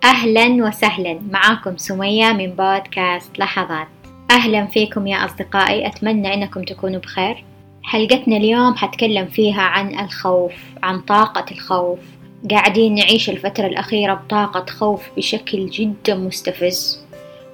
أهلا وسهلا، معاكم سمية من بودكاست لحظات. أهلا فيكم يا أصدقائي، أتمنى أنكم تكونوا بخير. حلقتنا اليوم حتكلم فيها عن الخوف، عن طاقة الخوف. قاعدين نعيش الفترة الأخيرة بطاقة خوف بشكل جدا مستفز.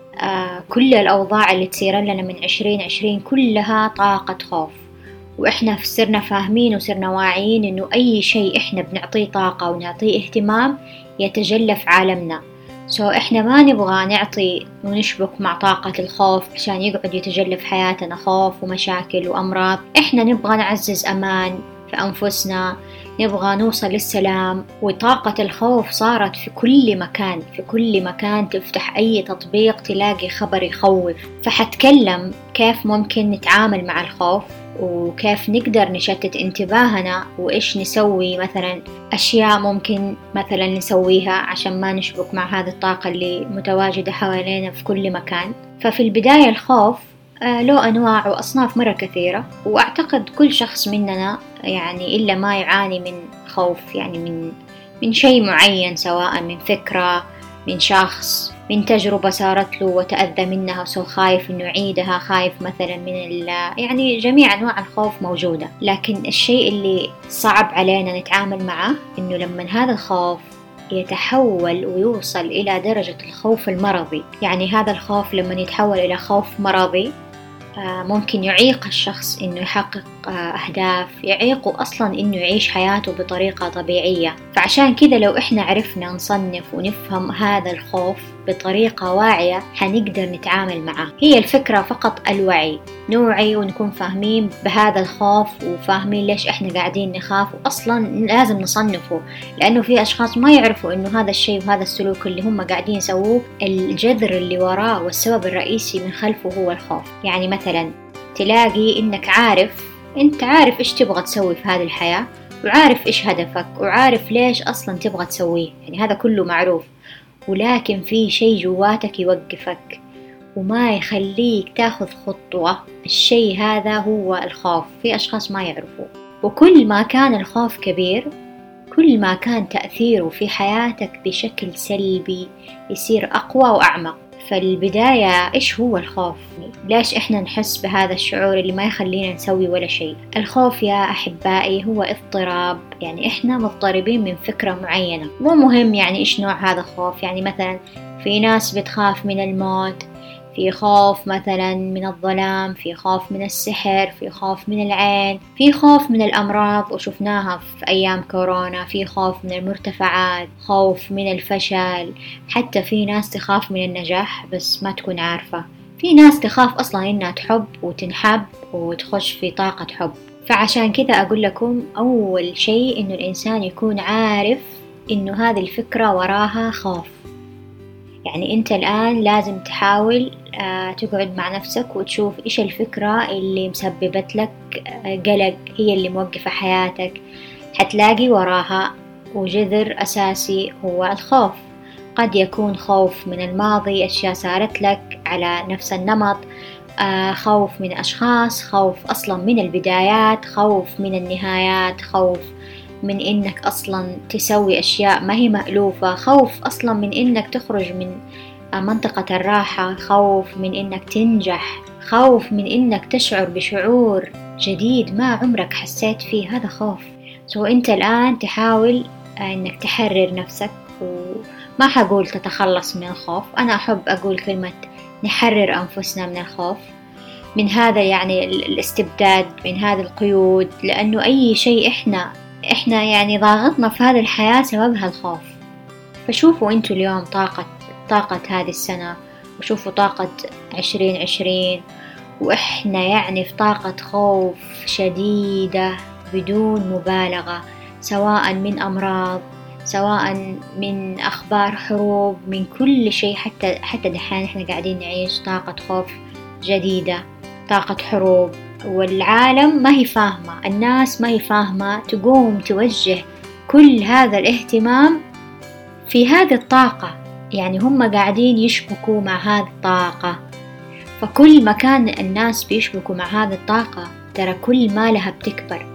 كل الأوضاع اللي تصير لنا من 2020 كلها طاقة خوف، وإحنا صرنا فاهمين وصرنا واعيين إنه أي شيء إحنا بنعطيه طاقة ونعطيه اهتمام يتجلى في عالمنا. إحنا ما نبغى نعطي ونشبك مع طاقة الخوف عشان يقعد يتجلى في حياتنا خوف ومشاكل وأمراض. إحنا نبغى نعزز أمان في أنفسنا، نبغى نوصل للسلام. وطاقة الخوف صارت في كل مكان، في كل مكان تفتح أي تطبيق تلاقي خبر يخوف. فحتكلم كيف ممكن نتعامل مع الخوف، وكيف نقدر نشتت انتباهنا، وإيش نسوي مثلا أشياء ممكن مثلا نسويها عشان ما نشبك مع هذه الطاقة اللي متواجدة حوالينا في كل مكان. ففي البداية الخوف له أنواع وأصناف مرة كثيرة، وأعتقد كل شخص مننا يعني إلا ما يعاني من خوف، يعني من شيء معين، سواء من فكرة، من شخص، من تجربة صارت له وتأذى منها وسو خايف إنه يعيدها، خايف مثلا من يعني جميع أنواع الخوف موجودة. لكن الشيء اللي صعب علينا نتعامل معه إنه لما هذا الخوف يتحول ويوصل إلى درجة الخوف المرضي. يعني هذا الخوف لما يتحول إلى خوف مرضي ممكن يعيق الشخص إنه يحقق أهداف، يعيقه أصلا إنه يعيش حياته بطريقة طبيعية. فعشان كذا لو إحنا عرفنا نصنف ونفهم هذا الخوف بطريقة واعية حنقدر نتعامل معه. هي الفكرة فقط الوعي، نوعي ونكون فاهمين بهذا الخوف وفاهمين ليش إحنا قاعدين نخاف، وأصلا لازم نصنفه، لأنه في أشخاص ما يعرفوا إنه هذا الشيء وهذا السلوك اللي هم قاعدين يسووه الجذر اللي وراه والسبب الرئيسي من خلفه هو الخوف. يعني مثلا تلاقي إنك أنت عارف إيش تبغى تسوي في هذه الحياة، وعارف إيش هدفك، وعارف ليش أصلا تبغى تسويه، يعني هذا كله معروف، ولكن في شيء جواتك يوقفك وما يخليك تاخذ خطوة. الشيء هذا هو الخوف. في أشخاص ما يعرفوا، وكل ما كان الخوف كبير كل ما كان تأثيره في حياتك بشكل سلبي يصير أقوى وأعمق. فالبداية إيش هو الخوف؟ ليش إحنا نحس بهذا الشعور اللي ما يخلينا نسوي ولا شيء؟ الخوف يا أحبائي هو اضطراب، يعني إحنا مضطربين من فكرة معينة. مو مهم يعني إيش نوع هذا الخوف. يعني مثلا في ناس بتخاف من الموت، في خوف مثلا من الظلام، في خوف من السحر، في خوف من العين، في خوف من الأمراض وشفناها في أيام كورونا، في خوف من المرتفعات، خوف من الفشل، حتى في ناس تخاف من النجاح بس ما تكون عارفة. في ناس تخاف أصلا إنها تحب وتنحب وتخش في طاقة حب. فعشان كذا أقول لكم أول شيء إنه الإنسان يكون عارف إنه هذه الفكرة وراها خوف. يعني أنت الآن لازم تحاول تقعد مع نفسك وتشوف إيش الفكرة اللي مسببت لك قلق، هي اللي موقفة حياتك. حتلاقي وراها وجذر أساسي هو الخوف. قد يكون خوف من الماضي، أشياء صارت لك على نفس النمط، خوف من أشخاص، خوف أصلا من البدايات، خوف من النهايات، خوف من إنك أصلا تسوي أشياء ما هي مألوفة، خوف أصلا من إنك تخرج من منطقة الراحة، خوف من إنك تنجح، خوف من إنك تشعر بشعور جديد ما عمرك حسيت فيه. هذا خوف. أنت الآن تحاول إنك تحرر نفسك، وما حقول تتخلص من الخوف، أنا أحب أقول كلمة نحرر أنفسنا من الخوف، من هذا يعني الاستبداد، من هذه القيود، لأنه أي شيء إحنا يعني ضاغطنا في هذه الحياة سببها الخوف. فشوفوا أنتوا اليوم طاقة هذه السنة، وشوفوا طاقة 2020، وإحنا يعني في طاقة خوف شديدة بدون مبالغة، سواء من أمراض، سواء من أخبار حروب، من كل شيء. حتى دحين إحنا قاعدين نعيش طاقة خوف جديدة، طاقة حروب، والعالم ما هي فاهمة، الناس ما هي فاهمة تقوم توجه كل هذا الاهتمام في هذه الطاقة. يعني هم قاعدين يشبكوا مع هذه الطاقة. فكل ما كان الناس بيشبكوا مع هذه الطاقة ترى كل ما لها بتكبر.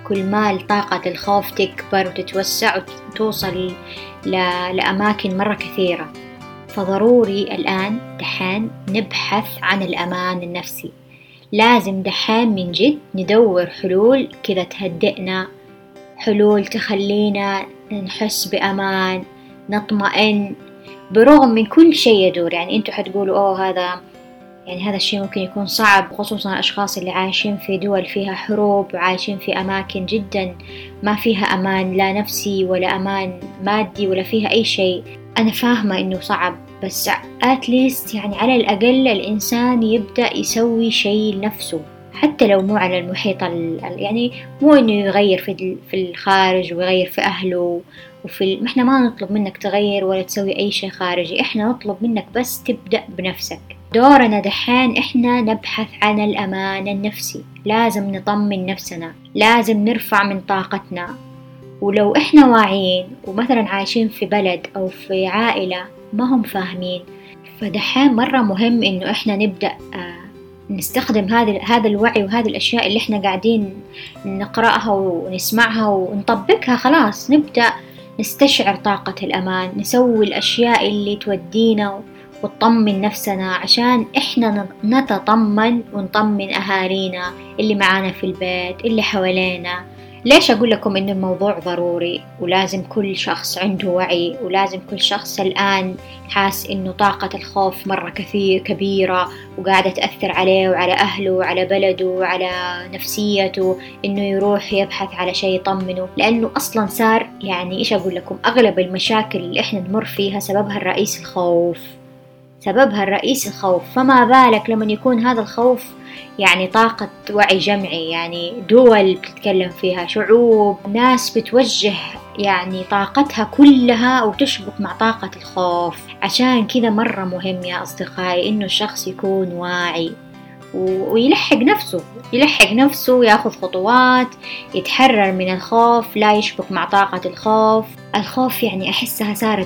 كل ما طاقة الخوف تكبر وتتوسع وتوصل لأماكن مرة كثيرة. فضروري الآن دحين نبحث عن الأمان النفسي. لازم دحين من جد ندور حلول كذا تهدئنا، حلول تخلينا نحس بأمان، نطمئن برغم من كل شيء يدور. يعني انتوا حتقولوا هذا الشيء ممكن يكون صعب، خصوصا الأشخاص اللي عايشين في دول فيها حروب وعايشين في أماكن جدا ما فيها أمان، لا نفسي ولا أمان مادي ولا فيها أي شيء. أنا فاهمة إنه صعب، بس أتليست يعني على الأقل الإنسان يبدأ يسوي شيء لنفسه، حتى لو مو على المحيط يعني مو إنه يغير في الخارج ويغير في أهله ما إحنا ما نطلب منك تغير ولا تسوي أي شيء خارجي، إحنا نطلب منك بس تبدأ بنفسك. دورنا دحين إحنا نبحث عن الأمان النفسي. لازم نطمن نفسنا، لازم نرفع من طاقتنا. ولو إحنا واعيين ومثلا عايشين في بلد أو في عائلة ما هم فاهمين، فدحين مرة مهم إنه إحنا نبدأ نستخدم هذا الوعي وهذه الأشياء اللي إحنا قاعدين نقرأها ونسمعها ونطبقها. خلاص نبدأ نستشعر طاقة الأمان، نسوي الأشياء اللي تودينا وتطمن نفسنا عشان إحنا نتطمن ونطمن أهالينا اللي معانا في البيت اللي حوالينا. ليش أقول لكم إن الموضوع ضروري ولازم كل شخص عنده وعي، ولازم كل شخص الآن حاس إنه طاقة الخوف مرة كبيرة وقاعدة تأثر عليه وعلى أهله وعلى بلده وعلى نفسيته، إنه يروح يبحث على شيء يطمنه. لأنه أصلا صار يعني إيش أقول لكم، أغلب المشاكل اللي إحنا نمر فيها سببها الرئيسي الخوف. فما بالك لما يكون هذا الخوف يعني طاقة وعي جمعي، يعني دول بتتكلم فيها، شعوب، ناس بتوجه يعني طاقتها كلها وتشبك مع طاقة الخوف. عشان كذا مرة مهم يا أصدقائي إنه الشخص يكون واعي ويلحق نفسه، ياخذ خطوات، يتحرر من الخوف، لا يشبك مع طاقة الخوف. يعني أحسها صارت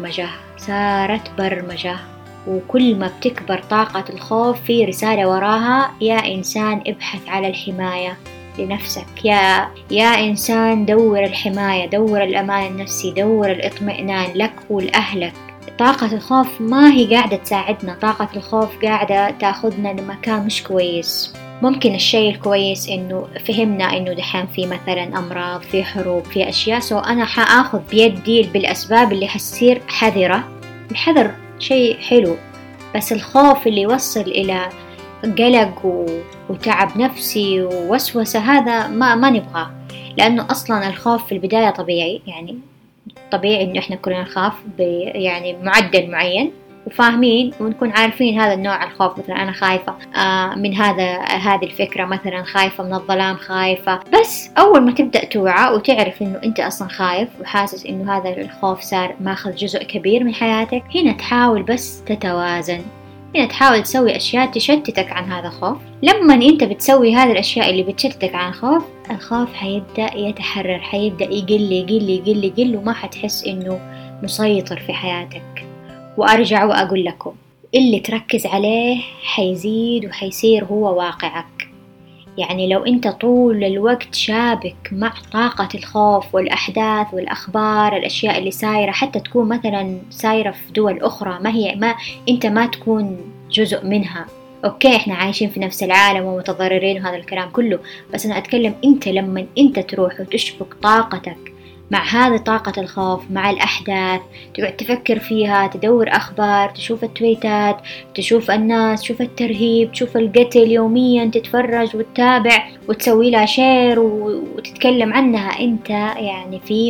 برمجة، وكل ما بتكبر طاقة الخوف في رسالة وراها: يا إنسان ابحث على الحماية لنفسك، يا إنسان دور الحماية، دور الأمان النفسي، دور الإطمئنان لك ولأهلك. طاقة الخوف ما هي قاعدة تساعدنا، طاقة الخوف قاعدة تاخذنا لمكان مش كويس. ممكن الشيء الكويس إنه فهمنا إنه دحين في مثلا أمراض، في حروب، في أشياء، أنا حأخذ بيدي بالأسباب اللي حتصير حذرة. الحذر شيء حلو، بس الخوف اللي يوصل إلى قلق وتعب نفسي ووسوسة هذا ما نبغاه. لأنه أصلا الخوف في البداية طبيعي، يعني طبيعي إنه إحنا كلنا نخاف يعني معدل معين وفاهمين ونكون عارفين هذا النوع الخوف. مثلا أنا خايفة من هذه الفكرة، مثلا خايفة من الظلام، خايفة. بس أول ما تبدأ توعى وتعرف إنه أنت أصلا خايف وحاسس إنه هذا الخوف صار ماخذ جزء كبير من حياتك، هنا تحاول بس تتوازن، هنا تحاول تسوي أشياء تشتتك عن هذا الخوف. لما أنت بتسوي هذه الأشياء اللي بتشتتك عن الخوف حيبدأ يتحرر، حيبدأ يقل وما حتحس إنه مسيطر في حياتك. وأرجع وأقول لكم، اللي تركز عليه حيزيد وحيصير هو واقعك. يعني لو أنت طول الوقت شابك مع طاقة الخوف والأحداث والأخبار، الأشياء اللي سايرة، حتى تكون مثلا سايرة في دول أخرى أنت ما تكون جزء منها. أوكي إحنا عايشين في نفس العالم ومتضررين وهذا الكلام كله، بس أنا أتكلم أنت لما أنت تروح وتشبك طاقتك مع هذه طاقة الخوف، مع الأحداث، تقعد تفكر فيها، تدور أخبار، تشوف التويتات، تشوف الناس، تشوف الترهيب، تشوف القتل يوميا، تتفرج وتتابع وتسوي لها شير وتتكلم عنها، أنت يعني في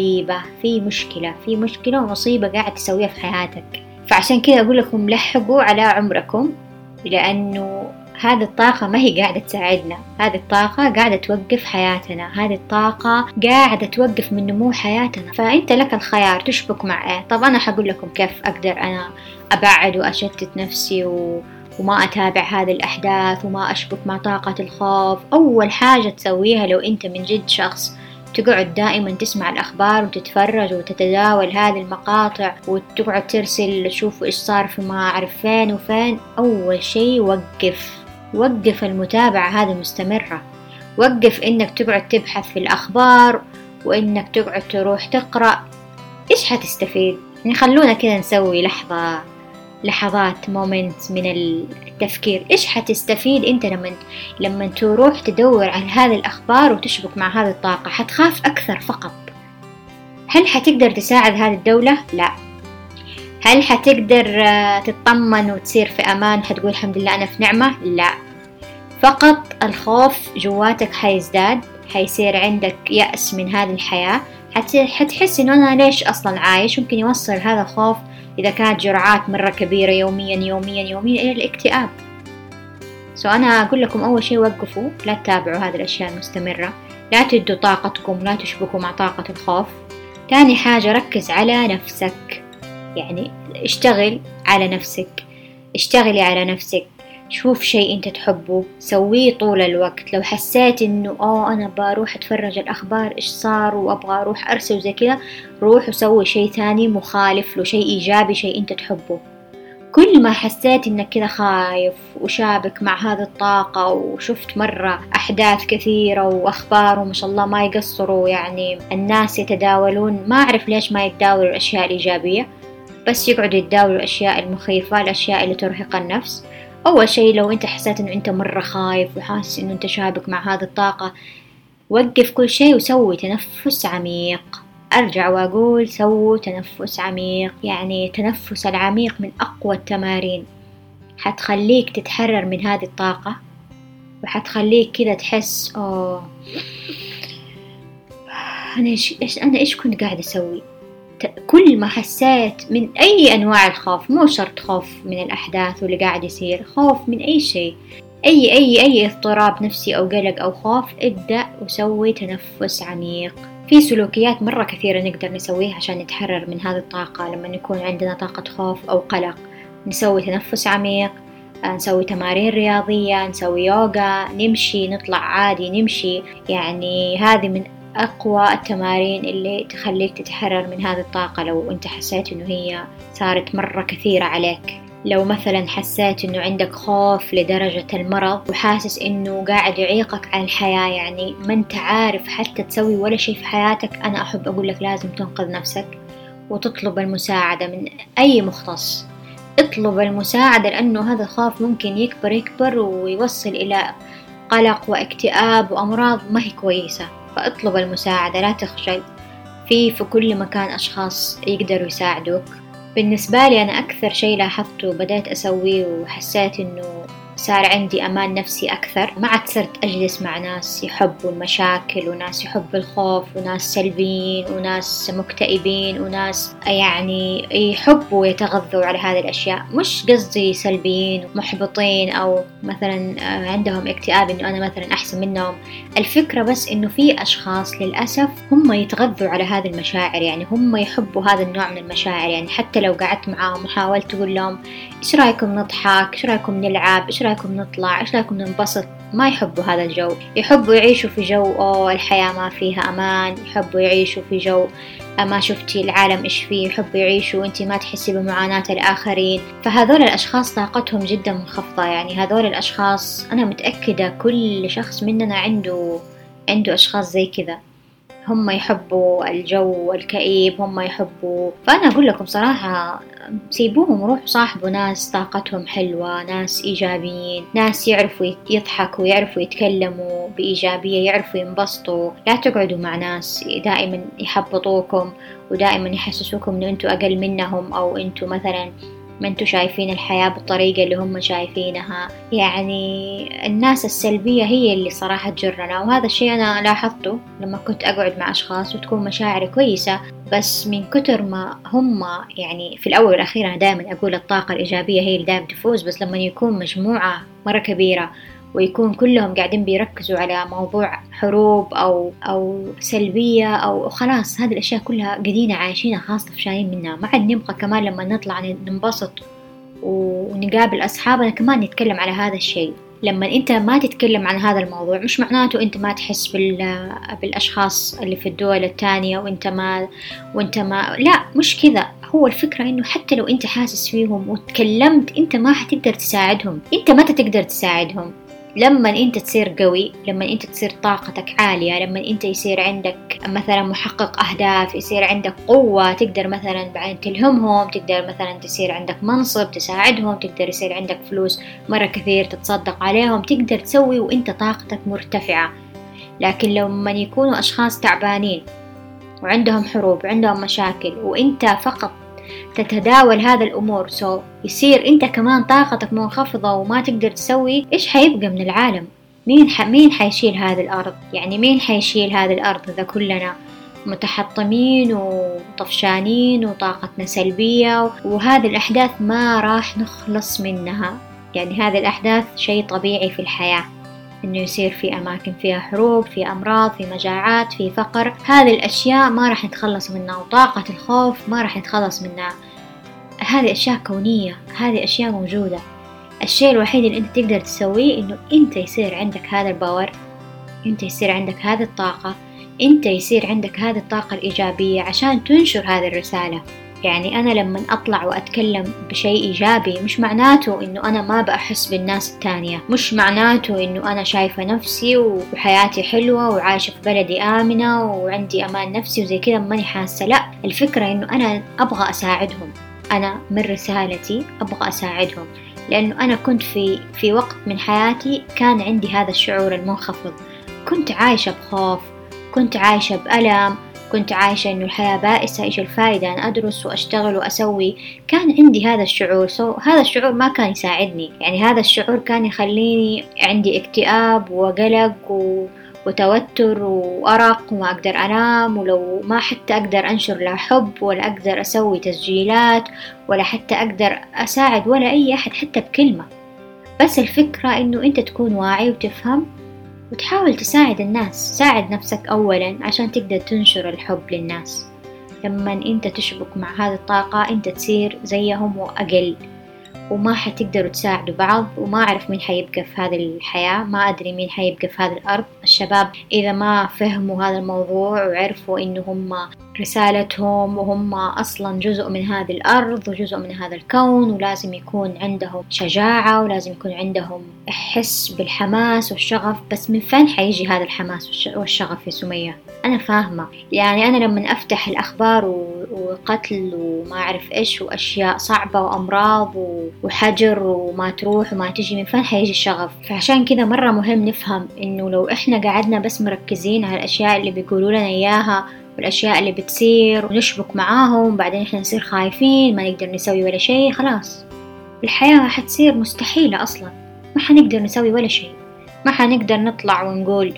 مشكلة ومصيبة قاعد تسويها في حياتك. فعشان كده أقول لكم لحقوا على عمركم، لأنه هذه الطاقة ما هي قاعدة تساعدنا، هذه الطاقة قاعدة توقف حياتنا، هذه الطاقة قاعدة توقف من نمو حياتنا. فأنت لك الخيار تشبك مع إيه. طب أنا حقول لكم كيف أقدر أنا أبعد وأشتت نفسي وما أتابع هذه الأحداث وما أشبك مع طاقة الخوف. أول حاجة تسويها لو أنت من جد شخص تقعد دائما تسمع الأخبار وتتفرج وتتداول هذه المقاطع وتقعد ترسل تشوف إيش صار في ما أعرف فين وفين، أول شيء وقف المتابعة هذه مستمرة. وقف إنك تقعد تبحث في الأخبار وإنك تقعد تروح تقرأ. إيش حتستفيد؟ يعني خلونا كده نسوي لحظات مومنت من التفكير. إيش حتستفيد أنت لما تروح تدور على هذه الأخبار وتشبك مع هذه الطاقة؟ حتخاف أكثر فقط. هل حتقدر تساعد هذه الدولة؟ لا. هل حتقدر تطمن وتصير في أمان، حتقول الحمد لله أنا في نعمة؟ لا. فقط الخوف جواتك حيزداد، حيصير عندك يأس من هذه الحياة، حتحس إنه أنا ليش أصلا عايش. ممكن يوصل هذا الخوف إذا كانت جرعات مرة كبيرة يوميا يوميا يوميا إلى الاكتئاب. أنا أقول لكم أول شيء وقفوا، لا تتابعوا هذه الأشياء المستمرة، لا تدوا طاقتكم، لا تشبكوا مع طاقة الخوف. تاني حاجة ركز على نفسك، يعني اشتغلي على نفسك. شوف شيء انت تحبه سويه طول الوقت. لو حسيت انه انا بروح اتفرج الاخبار ايش صار وابغى اروح ارسل زي كذا، روح وسوي شيء ثاني مخالف له، شيء ايجابي، شيء انت تحبه. كل ما حسيت انك كذا خايف وشابك مع هذه الطاقة، وشفت مرة احداث كثيرة واخبار وما شاء الله ما يقصروا، يعني الناس يتداولون، ما اعرف ليش ما يتداولوا الاشياء الايجابية، بس يقعدوا يتداولوا الاشياء المخيفة، الاشياء اللي ترهق النفس. أول شيء لو أنت حسيت إنه أنت مرة خايف وحاسس إنه أنت شابك مع هذه الطاقة، وقف كل شيء وسوي تنفس عميق. أرجع وأقول سووا تنفس عميق، يعني التنفس العميق من أقوى التمارين، حتخليك تتحرر من هذه الطاقة، وحتخليك كذا تحس أنا إيش كنت قاعدة أسوي. كل ما حسيت من أي أنواع الخوف، مو شرط خوف من الأحداث واللي قاعد يصير، خوف من أي شيء، أي اضطراب نفسي أو قلق أو خوف، ابدأ وسوي تنفس عميق. في سلوكيات مرة كثيرة نقدر نسويها عشان نتحرر من هذه الطاقة. لما يكون عندنا طاقة خوف أو قلق، نسوي تنفس عميق، نسوي تمارين رياضية، نسوي يوغا، نمشي، نطلع عادي نمشي. يعني هذه من أقوى التمارين اللي تخليك تتحرر من هذه الطاقة. لو أنت حسيت إنه هي صارت مرة كثيرة عليك، لو مثلا حسيت إنه عندك خوف لدرجة المرض وحاسس إنه قاعد يعيقك عن الحياة، يعني ما أنت عارف حتى تسوي ولا شيء في حياتك، أنا أحب أقول لك لازم تنقذ نفسك وتطلب المساعدة من أي مختص. اطلب المساعدة، لأنه هذا الخوف ممكن يكبر ويوصل إلى قلق واكتئاب وأمراض ما هي كويسة. فاطلب المساعدة، لا تخجل. في كل مكان أشخاص يقدروا يساعدوك. بالنسبة لي أنا أكثر شيء لاحظته وبدأت أسويه وحسيت إنه صار عندي أمان نفسي أكثر، ما عاد صرت أجلس مع ناس يحبوا المشاكل وناس يحبوا الخوف وناس سلبيين وناس مكتئبين وناس يعني يحبوا يتغذوا على هذه الأشياء. مش قصدي سلبيين محبطين أو مثلا عندهم اكتئاب إنه أنا مثلا أحسن منهم. الفكرة بس إنه في أشخاص للأسف هم يتغذوا على هذه المشاعر، يعني هم يحبوا هذا النوع من المشاعر. يعني حتى لو قعدت معاهم وحاولت أقول لهم إيش رأيكم نضحك، إيش رأيكم نلعب، إيش رأيكم نطلع، إيش رأيكم ننبسط، ما يحبوا هذا الجو. يحبوا يعيشوا في جو الحياة ما فيها أمان، يحبوا يعيشوا في جو ما شفتي العالم إيش فيه، يحبوا يعيشوا وإنتي ما تحسي بمعاناة الآخرين. فهذول الأشخاص طاقتهم جدا منخفضة. يعني هذول الأشخاص أنا متأكدة كل شخص مننا عنده أشخاص زي كذا، هم يحبوا الجو الكئيب، هم يحبوا. فأنا أقول لكم صراحة سيبوهم، روحوا صاحبوا ناس طاقتهم حلوة، ناس إيجابيين، ناس يعرفوا يضحكوا، يعرفوا يتكلموا بإيجابية، يعرفوا ينبسطوا. لا تقعدوا مع ناس دائما يحبطوكم ودائما يحسسوكم إنه أنتوا أقل منهم، أو أنتوا مثلا ما أنتوا شايفين الحياة بالطريقة اللي هم شايفينها. يعني الناس السلبية هي اللي صراحة تجرنا، وهذا الشيء أنا لاحظته لما كنت أقعد مع أشخاص وتكون مشاعري كويسة، بس من كتر ما هم يعني في الأول والأخير أنا دائما أقول الطاقة الإيجابية هي اللي دائما تفوز. بس لما يكون مجموعة مرة كبيرة ويكون كلهم قاعدين بيركزوا على موضوع حروب أو سلبية أو خلاص هذه الأشياء كلها قدينا عايشينها، خلاص طفشانين منها، ما عاد نبغى كمان لما نطلع ننبسط ونقابل أصحابنا كمان نتكلم على هذا الشيء. لما أنت ما تتكلم عن هذا الموضوع مش معناته أنت ما تحس بالأشخاص اللي في الدول التانية وأنت ما لا، مش كذا. هو الفكرة إنه حتى لو أنت حاسس فيهم وتكلمت أنت ما حتقدر تساعدهم، أنت ما تقدر تساعدهم. لما انت تصير قوي، لما انت تصير طاقتك عالية، لما انت يصير عندك مثلا محقق اهداف، يصير عندك قوة، تقدر مثلا بعدين تلهمهم، تقدر مثلا تصير عندك منصب تساعدهم، تقدر يصير عندك فلوس مرة كثير تتصدق عليهم، تقدر تسوي وانت طاقتك مرتفعة. لكن لما يكونوا اشخاص تعبانين وعندهم حروب وعندهم مشاكل وانت فقط تتداول هذا الأمور، يصير أنت كمان طاقتك منخفضة وما تقدر تسوي، إيش حيبقى من العالم؟ مين حيشيل هذه الأرض؟ يعني مين حيشيل هذه الأرض إذا كلنا متحطمين وطفشانين وطاقتنا سلبية؟ وهذه الأحداث ما راح نخلص منها. يعني هذه الأحداث شيء طبيعي في الحياة، إنه يصير في أماكن فيها حروب، في أمراض، في مجاعات، في فقر. هذه الأشياء ما راح نتخلص منها، وطاقة الخوف ما راح نتخلص منها. هذه أشياء كونية، هذه أشياء موجودة. الشيء الوحيد اللي أنت تقدر تسويه إنه أنت يصير عندك هذا الباور، أنت يصير عندك هذه الطاقة، أنت يصير عندك هذه الطاقة الإيجابية عشان تنشر هذه الرسالة. يعني أنا لما أطلع وأتكلم بشيء إيجابي مش معناته إنه أنا ما بأحس بالناس التانية، مش معناته إنه أنا شايفة نفسي وحياتي حلوة وعايشة في بلدي آمنة وعندي أمان نفسي وزي كذا ماني حاسة. لا، الفكرة إنه أنا أبغى أساعدهم، أنا من رسالتي أبغى أساعدهم، لأنه أنا كنت في وقت من حياتي كان عندي هذا الشعور المنخفض، كنت عايشة بخوف، كنت عايشة بألم، كنت عايشة إنه الحياة بائسة، إيش الفائدة أنا أدرس وأشتغل وأسوي. كان عندي هذا الشعور، هذا الشعور ما كان يساعدني. يعني هذا الشعور كان يخليني عندي اكتئاب وقلق وتوتر وأرق وما أقدر أنام، ولو ما حتى أقدر أنشر لا حب ولا أقدر أسوي تسجيلات ولا حتى أقدر أساعد ولا أي أحد حتى بكلمة. بس الفكرة إنه أنت تكون واعي وتفهم وتحاول تساعد الناس. ساعد نفسك أولا عشان تقدر تنشر الحب للناس. لما أنت تشبك مع هذه الطاقة أنت تصير زيهم وأقل، وما حتقدروا تساعدوا بعض، وما أعرف مين حيبقى في هذه الحياة، ما أدري مين حيبقى في هذه الأرض. الشباب إذا ما فهموا هذا الموضوع وعرفوا إنه هم رسالتهم وهم أصلا جزء من هذه الأرض وجزء من هذا الكون، ولازم يكون عندهم شجاعة ولازم يكون عندهم إحس بالحماس والشغف. بس من فين حيجي هذا الحماس والشغف يا سمية؟ أنا فاهمة، يعني أنا لما أفتح الأخبار وقتل وما أعرف إيش وأشياء صعبة وأمراض وحجر وما تروح وما تجي، من فين حيجي الشغف؟ فعشان كذا مرة مهم نفهم إنه لو إحنا قعدنا بس مركزين على الأشياء اللي بيقولوا لنا إياها والأشياء اللي بتصير ونشبك معاهم، بعدين إحنا نصير خايفين ما نقدر نسوي ولا شيء، خلاص الحياة حتصير مستحيلة أصلا، ما حنقدر نسوي ولا شيء، ما حنقدر نطلع ونقول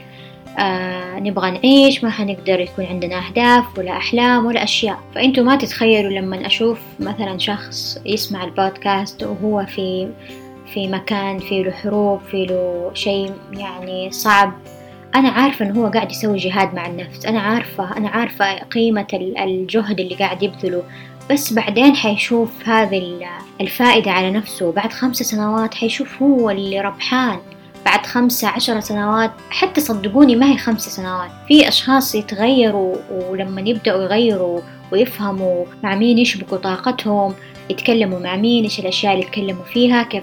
نبغى نعيش، ما حنقدر يكون عندنا أهداف ولا أحلام ولا أشياء. فأنتوا ما تتخيلوا لما أشوف مثلا شخص يسمع البودكاست وهو في مكان فيه له حروب، فيه له شيء يعني صعب، أنا عارفة إنه هو قاعد يسوي جهاد مع النفس، أنا عارفة قيمة الجهد اللي قاعد يبذله، بس بعدين حيشوف هذه الفائدة على نفسه. بعد 5 سنوات حيشوف هو اللي ربحان، بعد 15 سنوات حتى صدقوني ما هي 5 سنوات. في أشخاص يتغيروا، ولما يبدأوا يغيروا ويفهموا مع مين يشبكوا طاقتهم، يتكلموا مع مين، إيش الأشياء اللي يتكلموا فيها، كيف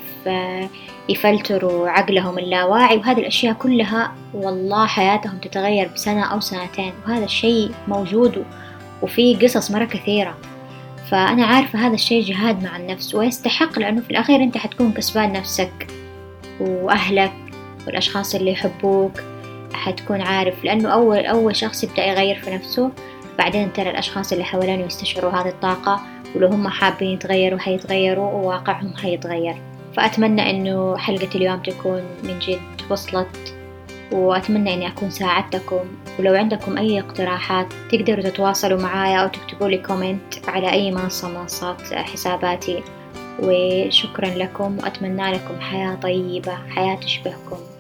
يفلتروا عقلهم اللاواعي، وهذه الأشياء كلها والله حياتهم تتغير بسنة أو سنتين، وهذا الشيء موجود وفي قصص مرة كثيرة. فأنا عارفة هذا الشيء جهاد مع النفس ويستحق، لأنه في الأخير أنت حتكون كسبان نفسك وأهلك والأشخاص اللي يحبوك، حتكون عارف، لأنه أول شخص يبدأ يغير في نفسه، بعدين ترى الأشخاص اللي حوالينه يستشعروا هذه الطاقة، ولو هم حابين يتغيروا حيتغيروا وواقعهم حيتغير. فأتمنى أنه حلقة اليوم تكون من جد وصلت، وأتمنى أني أكون ساعدتكم. ولو عندكم أي اقتراحات تقدروا تتواصلوا معايا أو تكتبوا لي كومنت على أي منصات حساباتي. وشكرا لكم، وأتمنى لكم حياة طيبة، حياة تشبهكم.